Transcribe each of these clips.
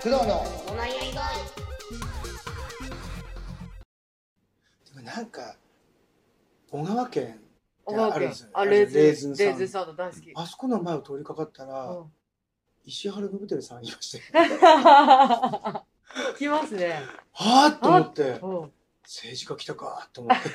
工藤のお悩み声。 でもなんか小川県って小川県あるんですよね。 レーズンさんサンド大好き。 あそこの前を通りかかったら、 うん石原伸晃さんいましたよ。 来ますね。 はぁと思ってうん政治家来たかと思って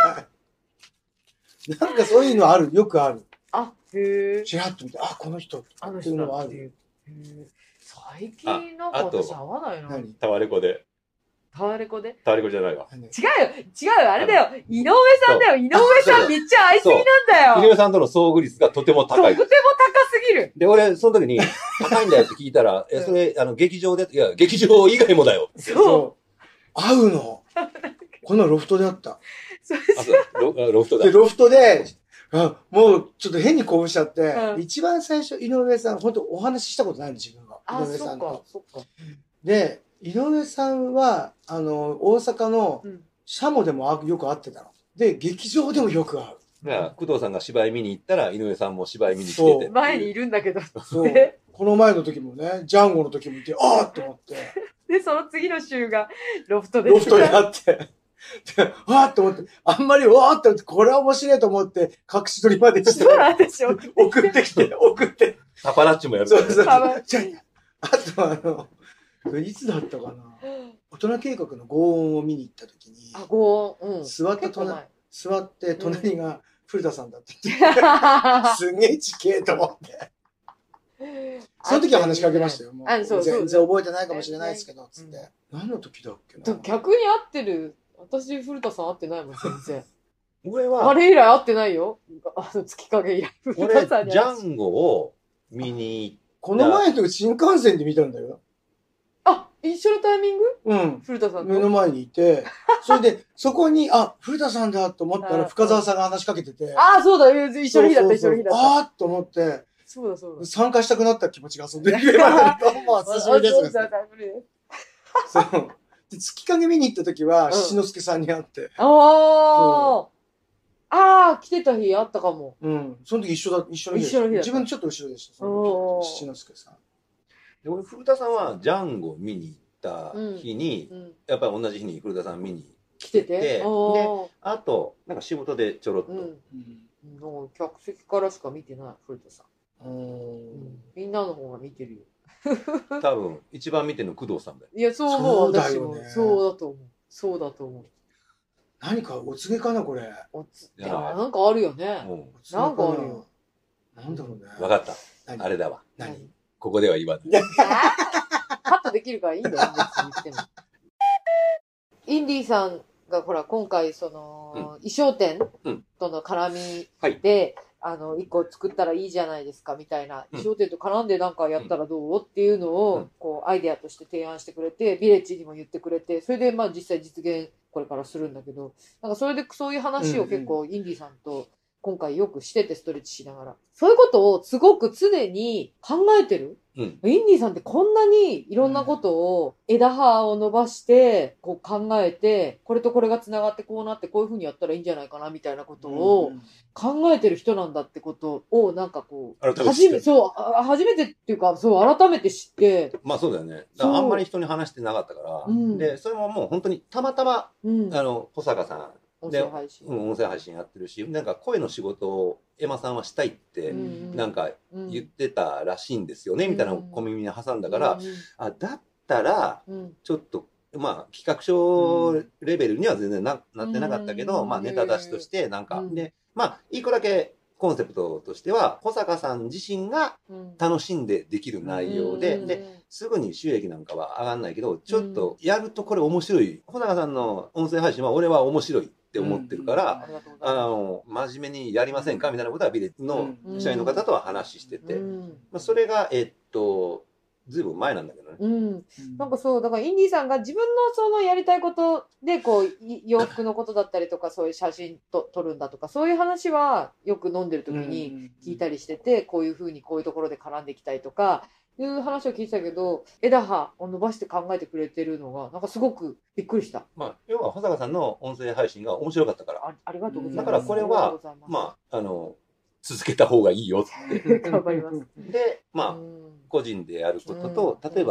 なんかそういうのある、よくある。 あ、へえ。 ちらっと見て、あ、この人ってあのいうのはある。 人だっていう。へー最近なんか私合わないな。 何タワレコで。 タワレコでタワレコじゃないわ。 何違うよ、あれだよ。井上さんだよ。井上さんめっちゃ愛すぎなんだよ。 井上さんとの遭遇率がとてもとても高い。 高すぎる。 で、俺、その時に、高いんだよって聞いたら、それ、劇場で、いや、劇場以外もだよ。 そう。 合うの。このロフトであった。 そうあ、そう、ロフトだで、。ロフトで、もうちょっと変に興奮しちゃって、 うん一番最初、井上さん、本当お話ししたことないの、自分が。 あ、 井上そっかさんと。、 そっか。 で、井上さんは、大阪のうんシャモでもよく会ってたの。で、劇場でもよく会う。 だから、工藤さんが芝居見に行ったら、井上さんも芝居見に来てて。 前にいるんだけど。 そうで。 この前の時もね、ジャンゴの時もいて、あーっと思って、 で、その次の週がロフトで。 ロフトにあって、で、わーっと思って、あんまりわーっと思って、これは面白いと思って、隠し撮りまでして、 そうなんでしょ。 送ってきて、送って。 パパラッチもやる。 そうそう。 あのじゃあといつだったかな。大人計画の合音を見に行った時に、 あ、ごうん。 座った結構前。 座って隣が古田さんだったって、すんげえ地形と思って。その時は話しかけましたよ。もうあそうそう全然覚えてないかもしれないですけど、つって。何の時だっけな。 逆に合ってる。私、古田さん会ってないもん、全然。あ俺は、 れ以来会ってないよ。月影以来。古俺、ジ田さんに会ってャンゴを見に行っこの前の時新幹線で見たんだよ。 あ、一緒のタイミングうん。 古田さん目のと。 前にいて、それで、そこに、あ、古田さんだと思ったら、深澤さんが話しかけてて。 あ、そうだ、一緒の日だった、 そうそうそう一緒の日だった。 あーっと思って、 そうだ、そうだ。 参加したくなった気持ちが遊んでる。どうも、久しぶりです。 そうだ、 そう。で、月影見に行った時は、 うん七之助さんに会って。 ああ、来てた日あったかも。 うん。その時一緒の日でした。 一緒の日だった自分ちょっと後ろでした。そのおー時七之助さん。 で、俺、古田さんはジャンゴ見に行った日に、 うん。 やっぱり同じ日に古田さん見に来てて。 来てで、 おーあと、なんか仕事でちょろっと。 うん。 うん。 なんか客席からしか見てない、古田さん。 うんみんなの方が見てるよ。 多分、一番見てるの工藤さんだよ。 いや、そう思う、 そうだ私も。 よねそうだと思う。そうだと思う。 何かお告げかな、これ。 いやなんかあるよね。 もお告げなんかあるよ。 なんだろうね。 う、分かった。 何あれだわ。 何ここでは言わない。 カットできるからいいんだよ、別に言っても。インディーさんが、ほら、今回、衣装店との絡みで、一個作ったらいいじゃないですか、みたいな。衣装店と絡んでなんかやったらどうっていうのを、こう、アイデアとして提案してくれて、ビレッジにも言ってくれて、それで、まあ実際実現、これからするんだけど、なんかそれでそういう話を結構、インディーさんと、今回よくしてて、ストレッチしながら。そういうことをすごく常に考えてる。 うん。 インディーさんってこんなにいろんなことを枝葉を伸ばしてこう考えて、これとこれが繋がってこうなってこういう風にやったらいいんじゃないかなみたいなことを考えてる人なんだってことをなんかこう、 改めて知って初めてっていうか、そう改めて知って、 まあそうだよね。だかそうらあんまり人に話してなかったから、 うんで、それももう本当にたまたま、 うん。 保坂さん、 音声配信。 音声配信やってるし、なんか声の仕事をエマさんはしたいって、なんか言ってたらしいんですよね、みたいな小耳に挟んだから、あ、だったら、ちょっと、まあ、企画書レベルには全然なってなかったけど、まあ、ネタ出しとして、なんか、で、まあ、一個だけコンセプトとしては、保坂さん自身が楽しんでできる内容で、で、すぐに収益なんかは上がんないけど、ちょっとやるとこれ面白い。保坂さんの音声配信は俺は面白いって思ってるから、真面目にやりませんかみたいなことはビレッジの社員の方とは話してて、まあ、それが、ずいぶん前なんだけどね。 なんかそう、だからインディーさんが自分のそのやりたいことで、こう、洋服のことだったりとか、そういう写真撮るんだとか、そういう話はよく飲んでる時に聞いたりしてて、こういうふうにこういうところで絡んでいきたいとか、いう話を聞いてたけど、枝葉を伸ばして考えてくれてるのが、なんかすごくびっくりした。 まあ、要は保坂さんの音声配信が面白かったから。 ありがとうございます。 だからこれは、まあ、続けた方がいいよって。 頑張ります。 で、まあ、個人でやることと、例えば、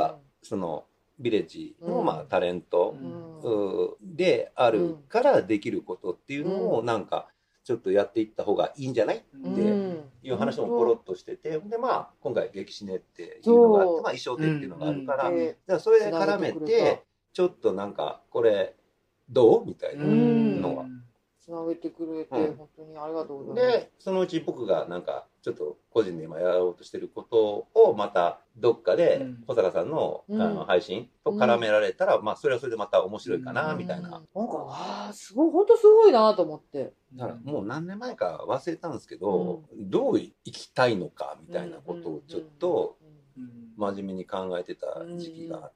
そのビレッジのまあタレントであるからできることっていうのをなんかちょっとやっていった方がいいんじゃないっていう話もポロッとしてて、でまあ今回劇シネっていうのがあって、まあ衣装展っていうのがあるから、じゃあそれで絡めてちょっとなんかこれどうみたいなのが。 つなげてくれて、本当にありがとうございます。 で、そのうち僕がなんか、ちょっと個人で今やろうとしてることを、またどっかで小坂さんの、配信と絡められたら、まあ、それはそれでまた面白いかな、みたいな。 なんか、すごい、本当すごいなと思って。 だからもう何年前か忘れたんですけど、どう生きたいのか、みたいなことをちょっと、真面目に考えてた時期があって、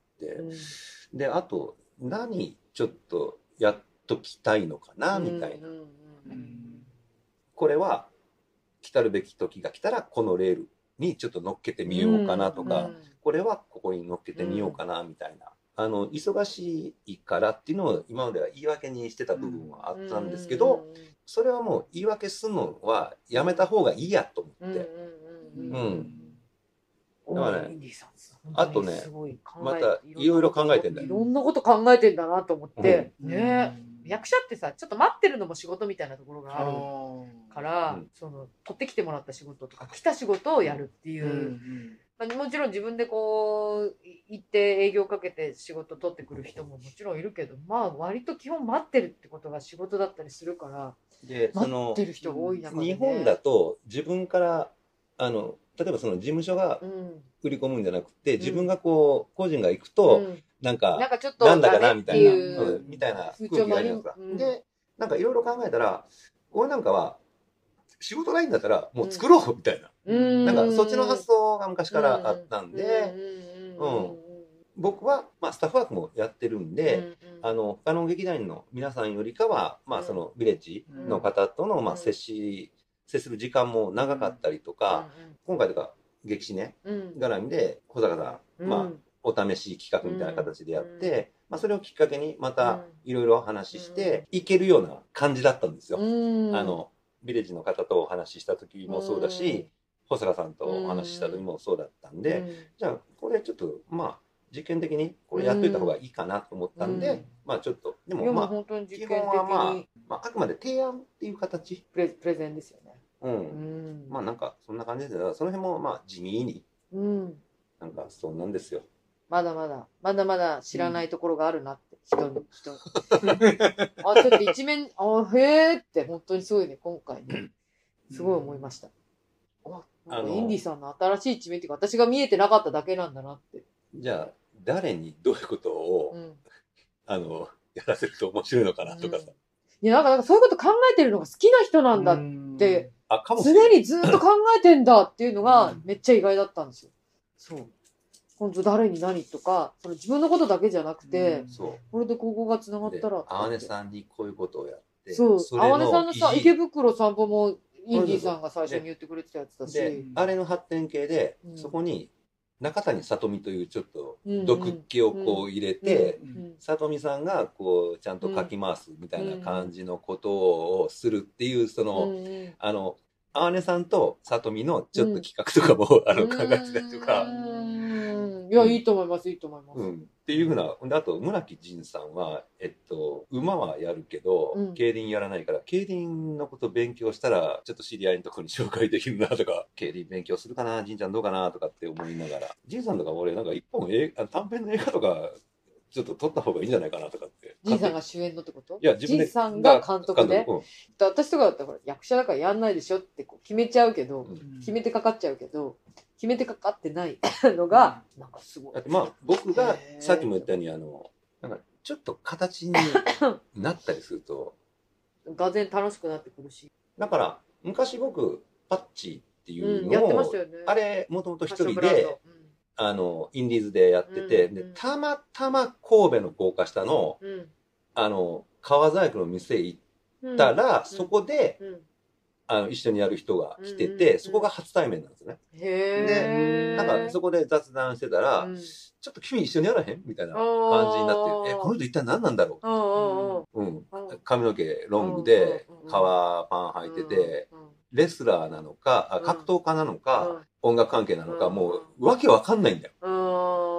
で、あと、何ちょっとやっときたいのかな、みたいな。これは来たるべき時が来たらこのレールにちょっと乗っけてみようかなとか、これはここに乗っけてみようかなみたいな、忙しいからっていうのを今までは言い訳にしてた部分はあったんですけど、それはもう言い訳するのはやめた方がいいやと思って、だからね、あとね、またいろいろ考えてんだよ。 いろんなこと考えてんだなと思って、ね。役者ってさ、ちょっと待ってるのも仕事みたいなところがあるから、その取ってきてもらった仕事とか来た仕事をやるっていう、もちろん自分でこう行って営業かけて仕事取ってくる人ももちろんいるけど、まあ割と基本待ってるってことが仕事だったりするから、 で待ってる人が多い中で、ね、 日本だと自分から例えばその事務所が売り込むんじゃなくて、自分がこう個人が行くと、なんかちょっとなんだかなみたいなみたいな空気があるじゃないですか。で、なんかいろいろ考えたら、俺なんかは仕事ないんだったらもう作ろうみたいな、なんかそっちの発想が昔からあったんで、僕はまあスタッフワークもやってるんで、他の劇団員の皆さんよりかはまあそのビレッジの方とのまあ接する時間も長かったりとか、今回とか劇シネ絡みで小坂さん、まあお試し企画みたいな形でやって、まあそれをきっかけにまたいろいろ話していけるような感じだったんですよ。ビレッジの方とお話しした時もそうだし、保坂さんとお話しした時もそうだったんで、じゃあこれちょっとまあ実験的にこれやっといた方がいいかなと思ったんで、まあちょっとでもまあ基本はまああくまで提案っていう形、 プレゼンですよね。 まあなんかそんな感じで、その辺もまあ地味に、なんかそんなんですよ。 まだまだ知らないところがあるなって、人。ちょっと一面、へーって本当にすごいね、今回ね。すごい思いました。インディさんの新しい一面っていうか、私が見えてなかっただけなんだなって。 じゃあ、誰にどういうことを、やらせると面白いのかなとかさ。 いや、なんかそういうこと考えてるのが好きな人なんだって、常にずっと考えてんだっていうのがめっちゃ意外だったんですよ。そう。本当誰に何とか、その自分のことだけじゃなくて、これでここが繋がったら。 あわねさんにこういうことをやって。 そう。あわねさんのさ、池袋散歩もインディさんが最初に言ってくれてたやつだし。 で、あれの発展系で、そこに中谷さとみというちょっと毒っ気をこう入れて、さとみさんがこうちゃんとかき回すみたいな感じのことをするっていう、その、あわねさんとさとみのちょっと企画とかも、考えてたりとか。 いや、いいと思います、いいと思います。 っていうふうな、あと、村木仁さんは、馬はやるけど、競輪やらないから、競輪のこと勉強したら、ちょっと知り合いのところに紹介できるなとか、競輪勉強するかな、仁ちゃんどうかなとかって思いながら、仁さんとか俺、なんか一本短編の映画とか、ちょっと撮った方がいいんじゃないかなとかって。 仁さんが主演のってこと？ いや、自分で。 仁さんが監督で。私とかだったら役者だからやんないでしょってこう決めちゃうけど、決めてかかっちゃうけど、決めてかかってないのが、なんかすごい。 まあ、僕がさっきも言ったように、なんかちょっと形になったりすると。 がぜん楽しくなってくるし。 だから、昔僕、パッチっていうのを、やってましたよね。あれ、もともと一人で、インディーズでやってて、で、たまたま神戸の高架下の、革細工の店行ったら、そこで、一緒にやる人が来てて、そこが初対面なんですよね。で、なんかそこで雑談してたら、ちょっと君一緒にやらへんみたいな感じになって、この人一体何なんだろう。髪の毛ロングで、革パン履いてて、レスラーなのか、格闘家なのか、音楽関係なのか、もうわけわかんないんだよ。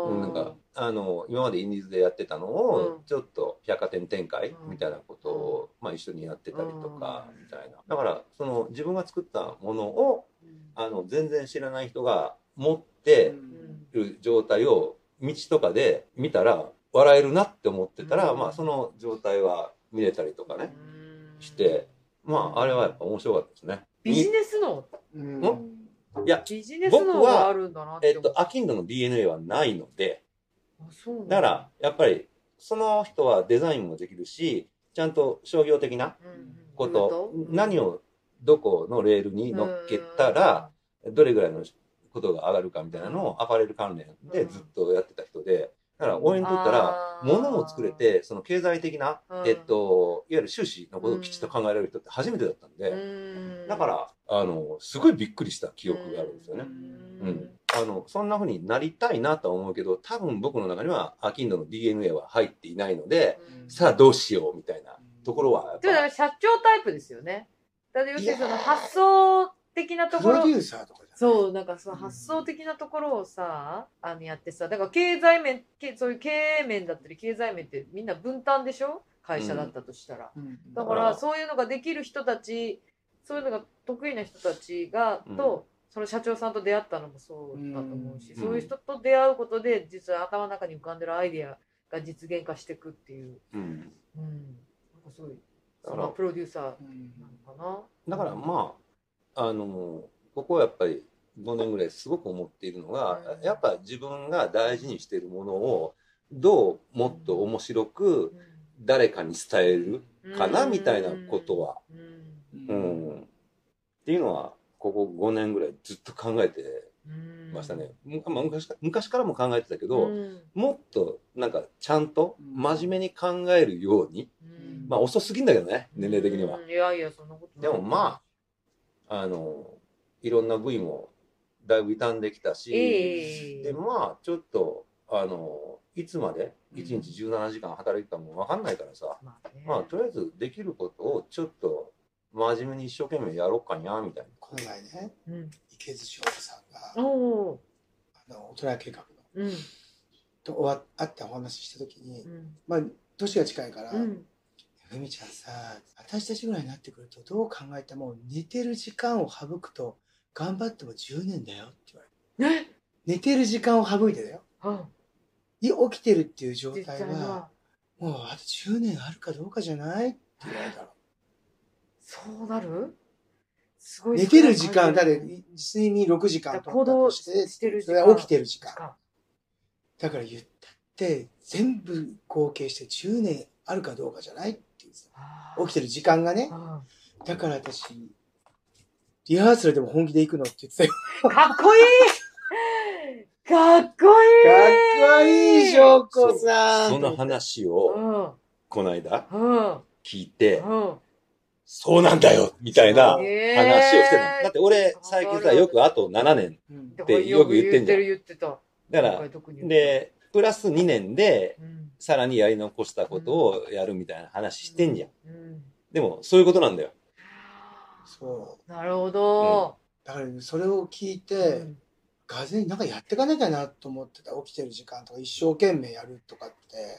なんか、今までインディーズでやってたのを、ちょっと百貨店展開みたいなことを、まあ一緒にやってたりとか、みたいな。だから、自分が作ったものを、全然知らない人が持ってる状態を、道とかで見たら、笑えるなって思ってたら、まあその状態は見れたりとかね、して、まああれはやっぱ面白かったですね。 ビジネス脳いや、 ビジネス脳があるんだなって。 アキンドの DNA はないので、だから、やっぱり、その人はデザインもできるし、ちゃんと商業的なこと、何をどこのレールに乗っけたら、どれぐらいのことが上がるかみたいなのをアパレル関連でずっとやってた人で、だから、俺にとったら、物も作れて、その経済的な、いわゆる収支のことをきちっと考えられる人って初めてだったんで、だから、すごいびっくりした記憶があるんですよね。そんな風になりたいなとは思うけど、多分僕の中には、アキンドの DNA は入っていないので、さあどうしようみたいなところは。 でも社長タイプですよね。だって要するにその発想的なところ。 プロデューサーとかじゃない。 そう、なんかその発想的なところをさ、やってさ、だから経済面、そういう経営面だったり経済面ってみんな分担でしょ？会社だったとしたら。だからそういうのができる人たち、そういうのが得意な人たちが、その社長さんと出会ったのもそうだと思うし、そういう人と出会うことで、実は頭の中に浮かんでるアイディアが実現化していくっていう。なんかすごい、そのプロデューサーなのかな。だからまあ、ここはやっぱり5年ぐらいすごく思っているのが、やっぱ自分が大事にしているものを、どうもっと面白く誰かに伝えるかな、みたいなことは。っていうのは、ここ5年ぐらいずっと考えてましたね。昔からも考えてたけど、もっとなんかちゃんと真面目に考えるように、まあ遅すぎんだけどね、年齢的には。 いやいや、そんなことない。でもまあ、いろんな部位もだいぶ傷んできたし、で、まあちょっと、いつまで1日17時間働いてたかもわかんないからさ、まあとりあえずできることをちょっと、真面目に一生懸命やろうかにゃみたいな。 この前ね、池津翔さんが大人計画の、と会ってお話しした時に、まあ年が近いから、ふみちゃんさ、私たちぐらいになってくるとどう考えても寝てる時間を省くと頑張っても10年だよって言われて。寝てる時間を省いてだよ。起きてるっていう状態はもうあと10年あるかどうかじゃないって言われたの。 そうなる？すごい。 寝てる時間、だって睡眠6時間とかしてるそれは起きてる時間。だから言ったって全部合計して10年あるかどうかじゃないって言ってた。起きてる時間がね。だから私、リハーサルでも本気で行くのって言ってたよ。 かっこいいかっこいいかっこいい、翔子さん。 その話を、この間、聞いて、そうなんだよみたいな話をしてた。だって俺、最近さ、よくあと7年ってよく言ってんじゃん。 言ってた。 だから、で、プラス2年で、さらにやり残したことをやるみたいな話してんじゃん。でも、そういうことなんだよ。 そう。 なるほど。 だから、それを聞いて、がぜんなんかやっていかなきゃなと思ってた。起きてる時間とか一生懸命やるとかって。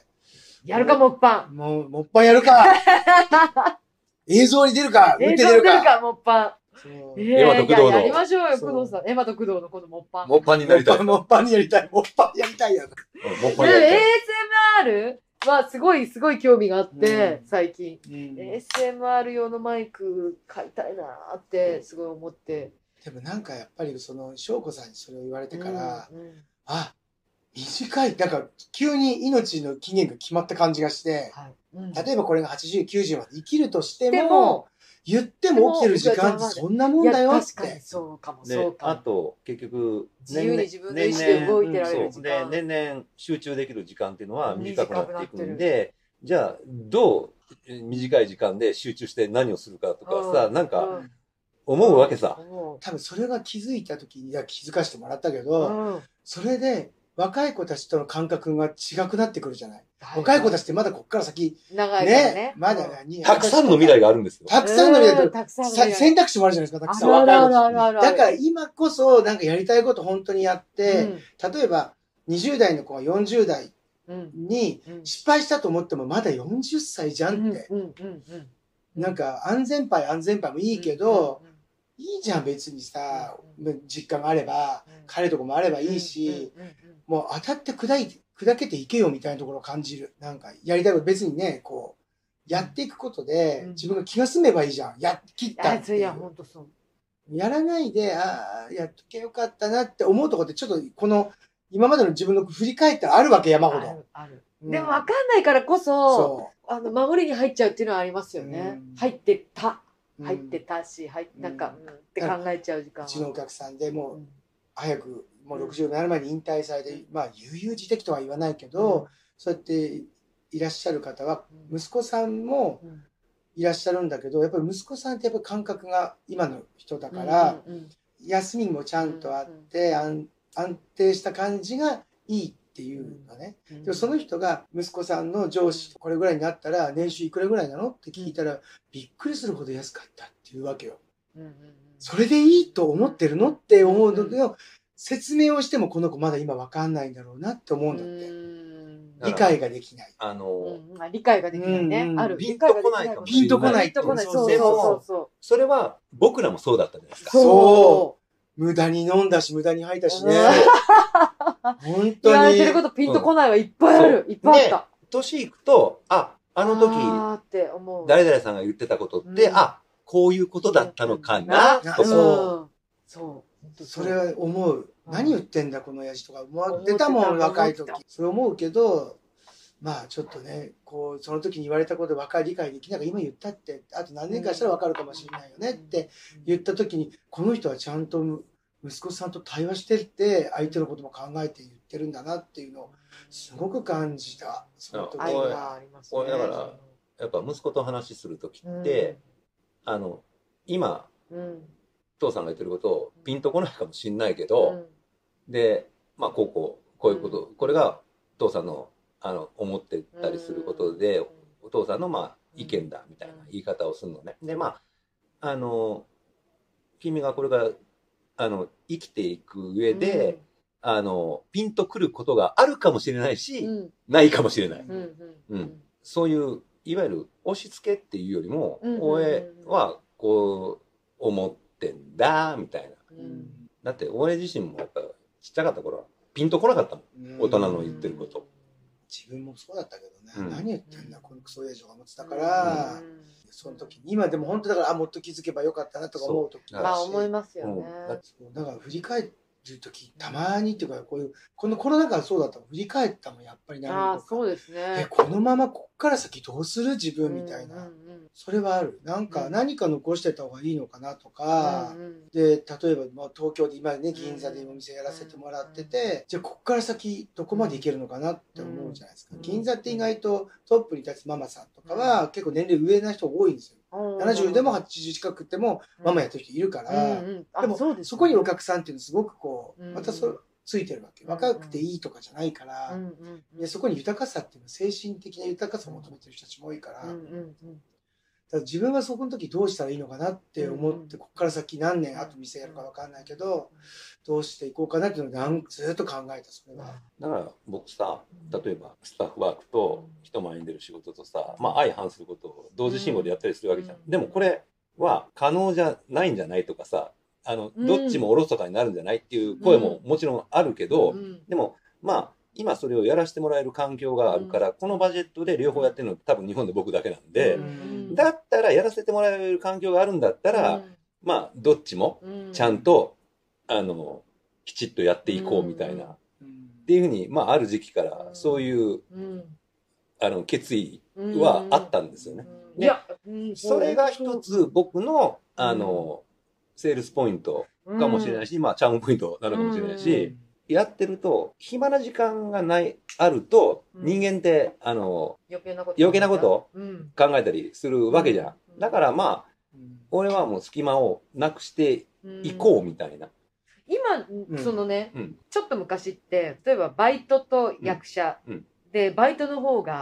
やるか、もっぱん。 もっぱんやるか映像に出るか映像に出るか、もっぱん。 エマと工藤の。 やりましょうよ、工藤さん。エマと工藤のこのもっぱん。 もっぱんになりたい。 もっぱんにやりたい。もっぱんやりたいやん。 もっぱんやりたい。 ASMR はすごい興味があって、最近。ASMR 用のマイク買いたいなーってすごい思って。 でもなんかやっぱり翔子さんにそれを言われてから、あ、短い。なんか急に命の期限が決まった感じがして、例えばこれが80、90まで生きるとしても、言っても起きてる時間ってそんなもんだよって。 確かにそうかも、 そうかも。あと、結局、 自由に自分の意思で動いてられる時間。 で、年々集中できる時間っていうのは短くなっていくんで、じゃあ、どう短い時間で集中して何をするかとかさ、なんか、思うわけさ。 多分それが気づいた時には気づかせてもらったけど、それで若い子たちとの感覚が違くなってくるじゃない。若い子たちってまだこっから先、 長いからね。 まだたくさんの未来があるんですよ。 たくさんの未来と、選択肢もあるじゃないですか、たくさん。若い子たち。だから今こそなんかやりたいこと本当にやって、例えば、 20代の子が40代に失敗したと思ってもまだ40歳じゃんって。なんか安全牌もいいけど、いいじゃん別にさ、実家があれば、彼とかもあればいいし、もう当たって砕けていけよみたいなところを感じる。なんかやりたいこと別にね、こう、やっていくことで自分が気が済めばいいじゃん。やっきったっていう。 いや、ほんとそう。 やらないで、ああ、やっとけよかったなって思うところってちょっとこの、今までの自分の振り返ったらあるわけ、山ほど。 ある。でも分かんないからこそ、守りに入っちゃうっていうのはありますよね。入ってたし、なんか、って考えちゃう時間は。 うちのお客さんでもう、早く、もう60になる前に引退されて、まあ、悠々自適とは言わないけど、そうやっていらっしゃる方は、息子さんもいらっしゃるんだけど、やっぱり息子さんってやっぱり感覚が今の人だから、休みもちゃんとあって、安定した感じがいいっていうのね。でもその人が息子さんの上司これぐらいになったら年収いくらぐらいなのって聞いたら、びっくりするほど安かったっていうわけよ。それでいいと思ってるのって思うのけど、説明をしてもこの子まだ今わかんないんだろうなって思うんだって。理解ができない。 理解ができないね。 ピンとこないかもしれない。 ピンとこない。 それは僕らもそうだったじゃないですか。 そう。無駄に飲んだし、無駄に吐いたしね。本当に。 言われてることピンとこないはいっぱいある。いっぱいあった。 年いくと、あの時、誰々さんが言ってたことって、こういうことだったのかな、とか。 それは思う。何言ってんだ、この親父とか思ってたもん、若い時。それ思うけど、まあちょっとね、こう、その時に言われたことで理解できないから今言ったって、あと何年かしたら分かるかもしれないよねって言った時に、この人はちゃんと息子さんと対話してって、相手のことも考えて言ってるんだなっていうのを、すごく感じた。その時は。 俺だから、やっぱ息子と話する時って、今、父さんが言ってることをピンとこないかもしれないけど、で、まあこういうこと、これが父さんの思ってたりすることで、お父さんのまあ意見だみたいな言い方をするのね。で、まあ、君がこれから生きていく上で、ピンとくることがあるかもしれないし、ないかもしれない。そういう、いわゆる押し付けっていうよりも、俺はこう思ってんだ、みたいな。だって俺自身もやっぱちっちゃかった頃はピンとこなかったもん。大人の言ってること。 自分もそうだったけどね、何言ってんだ、このクソ親父が思ってたから、その時に、今でも本当だから、もっと気づけばよかったなとか思う時まあ思いますよね。 だから振り返る時、たまにっていうか、このコロナ禍そうだったの、振り返ったもん、やっぱり何とか。 そうですね。 このままこっから先どうする自分みたいな。それはある。なんか何か残してた方がいいのかなとか、で、例えば東京で今ね、銀座でお店やらせてもらってて、じゃあこっから先どこまでいけるのかなって思うじゃないですか。銀座って意外とトップに立つママさんとかは結構年齢上な人多いんですよ。70でも80近くてもママやってる人いるから、でもそこにお客さんっていうのすごくこう、またついてるわけ。若くていいとかじゃないから、そこに豊かさっていうのは精神的な豊かさを求めてる人たちも多いから、だから自分はそこの時どうしたらいいのかなって思って、ここから先何年あと店やるか分かんないけど、どうしていこうかなっていうのをずっと考えた、それは。 だから僕さ、例えばスタッフワークと人前に出る仕事とさ、まあ相反することを同時進行でやったりするわけじゃん。でもこれは可能じゃないんじゃないとかさ、どっちもおろそかになるんじゃないっていう声ももちろんあるけど、でもまあ今それをやらせてもらえる環境があるから、このバジェットで両方やってるの多分日本で僕だけなんで、だったらやらせてもらえる環境があるんだったら、まあどっちもちゃんときちっとやっていこうみたいな、っていうふうにまあある時期からそういう決意はあったんですよね。で、それが一つ僕のセールスポイントかもしれないし、まあチャームポイントなのかもしれないし、やってると暇な時間があると、人間って余計なことを考えたりするわけじゃん。だからまあ俺はもう隙間をなくしていこうみたいな。 今そのね、ちょっと昔って例えばバイトと役者でバイトの方が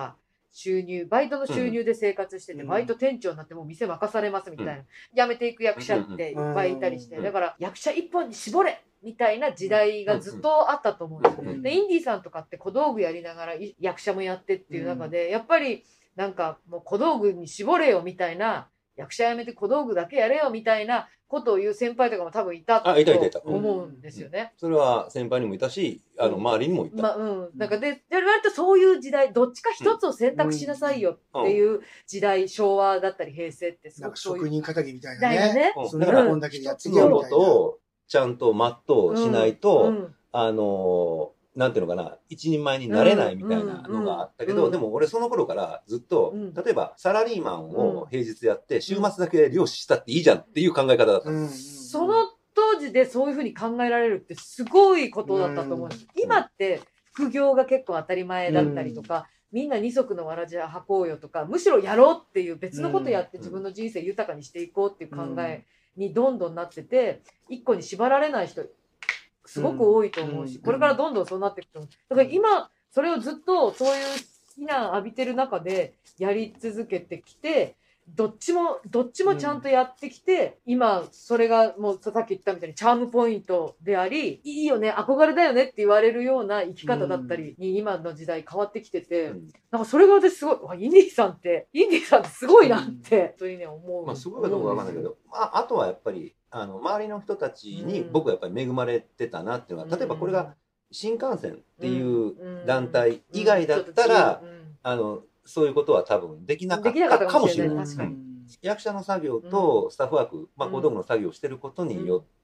収入、バイトの収入で生活してて、バイト店長になってもう店任されますみたいな、辞めていく役者っていっぱいいたりして、だから役者一本に絞れみたいな時代がずっとあったと思うんですよ。で、インディーさんとかって小道具やりながら役者もやってっていう中で、やっぱりなんかもう小道具に絞れよみたいな、役者やめて小道具だけやれよみたいなことを言う先輩とかも多分いたと思うんですよね。 それは先輩にもいたし、周りにもいた。 なんかで、割とそういう時代、どっちか一つを選択しなさいよっていう時代、昭和だったり平成ってすごくそういう。 職人仇みたいなね。 だから、一つのことをちゃんと全うしないと、なんていうのかな、一人前になれないみたいなのがあったけど、でも俺その頃からずっと、例えばサラリーマンを平日やって、週末だけ漁師したっていいじゃんっていう考え方だった。 その当時でそういうふうに考えられるってすごいことだったと思うんです。今って副業が結構当たり前だったりとか、みんな二足のわらじ履こうよとか、むしろやろうっていう別のことやって自分の人生豊かにしていこうっていう考えにどんどんなってて、一個に縛られない人すごく多いと思うし、これからどんどんそうなっていくと思う。だから今、それをずっとそういう非難浴びてる中でやり続けてきて、どっちもちゃんとやってきて、今、それがもうさっき言ったみたいにチャームポイントであり、いいよね、憧れだよねって言われるような生き方だったりに今の時代変わってきてて、なんかそれが私すごい、インディーさんってすごいなって、本当にね、思う。 まあ、すごいかどうかわかんないけど、あとはやっぱり、周りの人たちに僕はやっぱり恵まれてたなっていうのは、例えばこれが新幹線っていう団体以外だったら、そういうことは多分できなかったかもしれない。役者の作業とスタッフワーク、小道具の作業をしてることによって、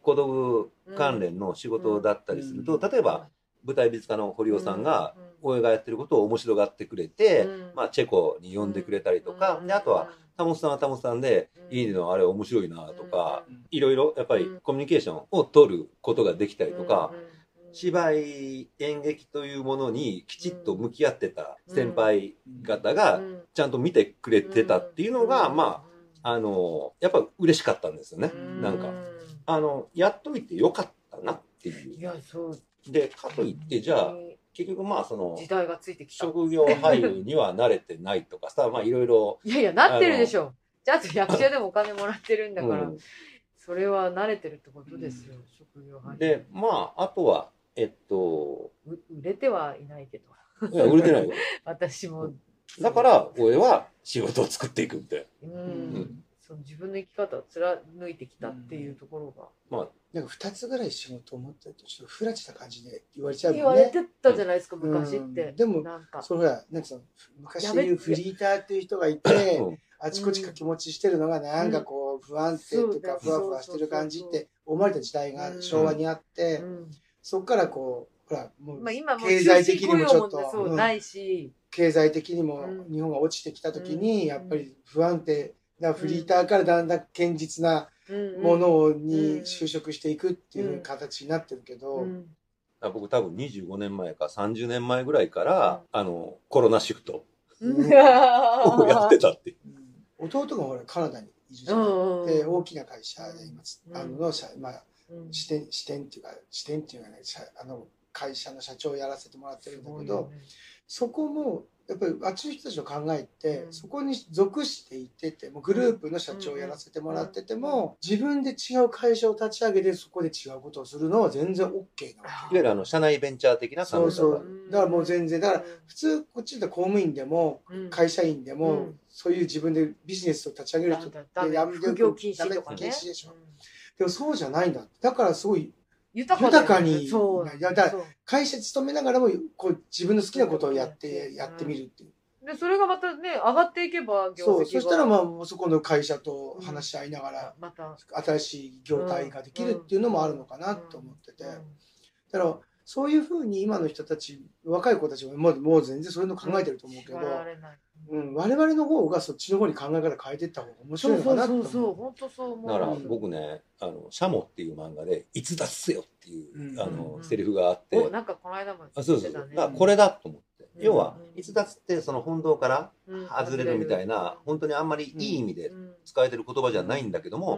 小道具関連の仕事だったりすると、例えば舞台美術家の堀尾さんが、俺がやってることを面白がってくれて、チェコに呼んでくれたりとか、で、あとは、タモスさんはタモスさんで、いいのあれ面白いなとか、いろいろやっぱりコミュニケーションを取ることができたりとか、芝居、演劇というものにきちっと向き合ってた先輩方がちゃんと見てくれてたっていうのが、やっぱ嬉しかったんですよね。なんか、やっといてよかったなっていう。 いや、そう。 で、かといって、じゃあ、結局時代がついてきた。 職業俳優には慣れてないとかさ、いろいろ。 いや、なってるでしょ。ちゃんと役者でもお金もらってるんだから、それは慣れてるってことですよ、職業俳優。 で、あとは、 売れてはいないけど。 いや、売れてないよ。 私も。 だから、俺は仕事を作っていくって。 その自分の生き方を貫いてきたっていうところが。なんか2つぐらい仕事を持ってると、ちょっとふらちた感じで言われちゃうもんね。 言われてたじゃないですか、昔って。 でも、それは、なんか昔でいうフリーターっていう人がいて、あちこち掛け持ちしてるのが、なんかこう、不安定っていうか、ふわふわしてる感じって思われた時代が昭和にあって、そっからこう、ほら、もう、経済的にもちょっと、 ないし、 経済的にも日本が落ちてきた時に、やっぱり不安定なフリーターからだんだん堅実なものに就職していくっていう形になってるけど、 僕多分25年前か30年前ぐらいから、コロナシフトをやってたっていう。 弟がほらカナダに移住して大きな会社で今支店っていうかね、会社の社長をやらせてもらってるんだけど、そこもやっぱりあっちの人たちの考えって、そこに属していててもグループの社長をやらせてもらってても、自分で違う会社を立ち上げてそこで違うことをするのは全然 OK なわけ。いわゆる社内ベンチャー的な感じだから。だからもう全然、だから普通こっちで公務員でも会社員でも、そういう自分でビジネスを立ち上げる人って副業禁止とかね。 禁止でしょ。でもそうじゃないんだ。だからすごい豊かに、いやだから会社勤めながらもこう自分の好きなことをやってみるっていう。 でそれがまたね上がっていけば業績がそしたらそこの会社と話し合いながら、また新しい業態ができるっていうのもあるのかなと思ってて、だからそういうふうに今の人たち若い子たちももう全然そういうの考えてると思うけど、我々の方がそっちの方に考え方変えていった方が面白いのかなと思う。 そう本当そう思う。 だから僕ねシャモっていう漫画で逸脱せよっていうセリフがあって、 なんかこの間も言ってたね。そうこれだと思って。要は逸脱ってその本堂から外れるみたいな本当にあんまりいい意味で使えてる言葉じゃないんだけども、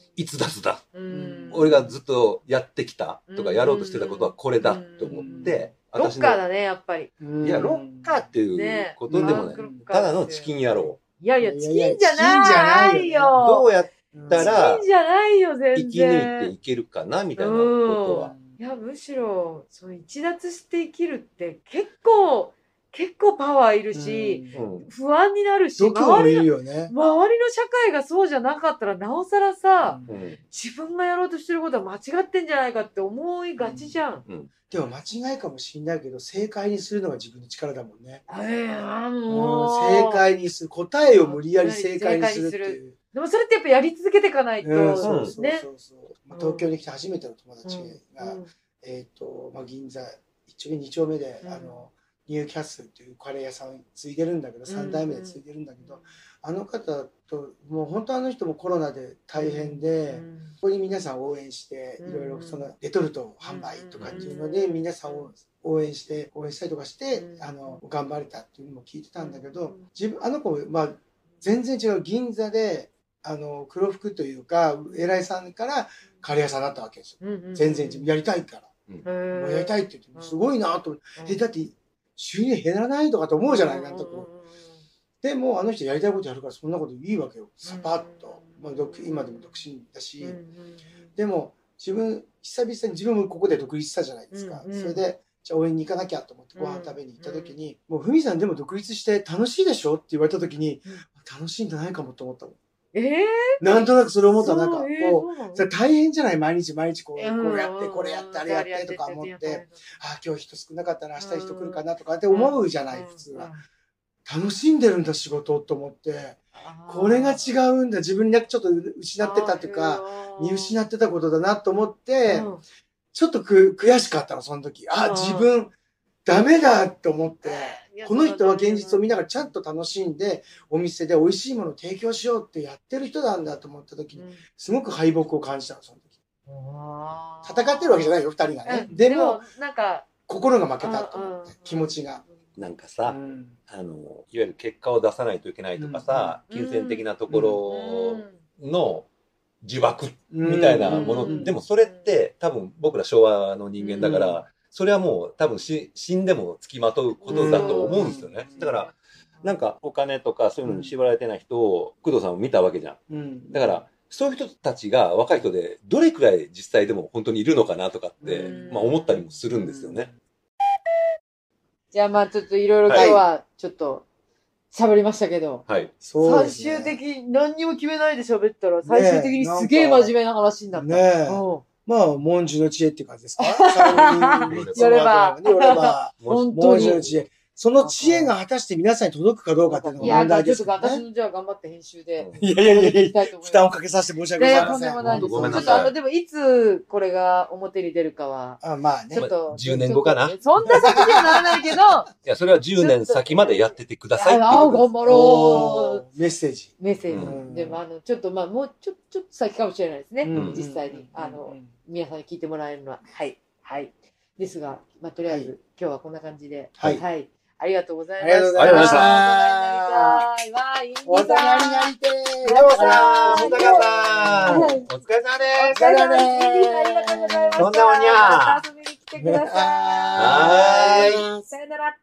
逸脱だ。俺がずっとやってきたとかやろうとしてたことはこれだと思って、 ロッカーだね、やっぱり。 いや、ロッカーっていうことでもね、ただのチキン野郎。 いやいや、チキンじゃないよ。 どうやったら、 チキンじゃないよ、全然。 生き抜いていけるかな、みたいなことは。 いや、むしろ、逸脱して生きるって結構パワーいるし、不安になるし、 周りの社会がそうじゃなかったら、なおさらさ、自分がやろうとしてることは間違ってんじゃないかって思いがちじゃん。 でも間違いかもしれないけど、正解にするのが自分の力だもんね。正解にする。答えを無理やり正解にするっていう。 でもそれってやっぱやり続けていかないと。 東京に来て初めての友達が、銀座2丁目で、ニューキャッスルっていうカレー屋さん継いでるんだけど、3代目で継いでるんだけど、あの方と、もう本当あの人もコロナで大変で、ここに皆さん応援して、いろいろレトルト販売とかっていうので、皆さんを応援したりとかして、頑張れたっていうのも聞いてたんだけど、あの子、全然違う銀座で、黒服というか、偉いさんからカレー屋さんになったわけですよ。全然やりたいから。やりたいって言って、すごいなと思って、だって、収入減らないとかと思うじゃないかと。でもあの人やりたいことやるからそんなこといいわけよ。スパッと。今でも独身だし。でも久々に自分もここで独立したじゃないですか。それで、じゃあ応援に行かなきゃと思ってご飯食べに行った時に、もうふみさんでも独立して楽しいでしょって言われた時に、楽しいんじゃないかもと思ったの。なんとなくそれ思ったら大変じゃない毎日こうやってこれやってあれやってとか思って今日人少なかったら明日人来るかなとかって思うじゃない普通は。楽しんでるんだ仕事と思ってこれが違うんだ自分にちょっと失ってたというか見失ってたことだなと思ってちょっと悔しかったのその時自分ダメだと思って。この人は現実を見ながらちゃんと楽しんでお店で美味しいものを提供しようってやってる人なんだと思った時にすごく敗北を感じたのその時。戦ってるわけじゃないよ二人がね。でもなんか心が負けたと思って気持ちが。 なんかさ、いわゆる結果を出さないといけないとかさ、金銭的なところの呪縛みたいなもの、でもそれって多分僕ら昭和の人間だから、それはもう多分死んでも付きまとうことだと思うんですよね。だから、なんかお金とかそういうのに縛られてない人を工藤さんも見たわけじゃん。だから、そういう人たちが若い人でどれくらい実際でも本当にいるのかなとかって、思ったりもするんですよね。 じゃあちょっといろいろ今日はちょっと喋りましたけど。 はい。 最終的に何にも決めないで喋ったら最終的にすげえ真面目な話になった。 ねえ。文殊の知恵っていう感じですかやれば。 文殊の知恵。その知恵が果たして皆さんに届くかどうかっていうのが問題ですね。 私のじゃあ頑張って編集で。 いや、負担をかけさせて申し訳ございません。 ごめんなさい。でもいつこれが表に出るかは。 ちょっと。10年後かな。 そんな先にはならないけど。いや、それは10年先までやっててください。 頑張ろう。メッセージ。 でもちょっともうちょっと先かもしれないですね。実際に。皆さんに聞いてもらえるのは。はい。ですが、とりあえず今日はこんな感じで。はい。ありがとうございました。 ありがとうございました。 大人になりてー。皆さん、お疲れ様です。 お疲れ様です。ありがとうございました。 どんなおにゃ遊びに来てください。 はい。 さよなら。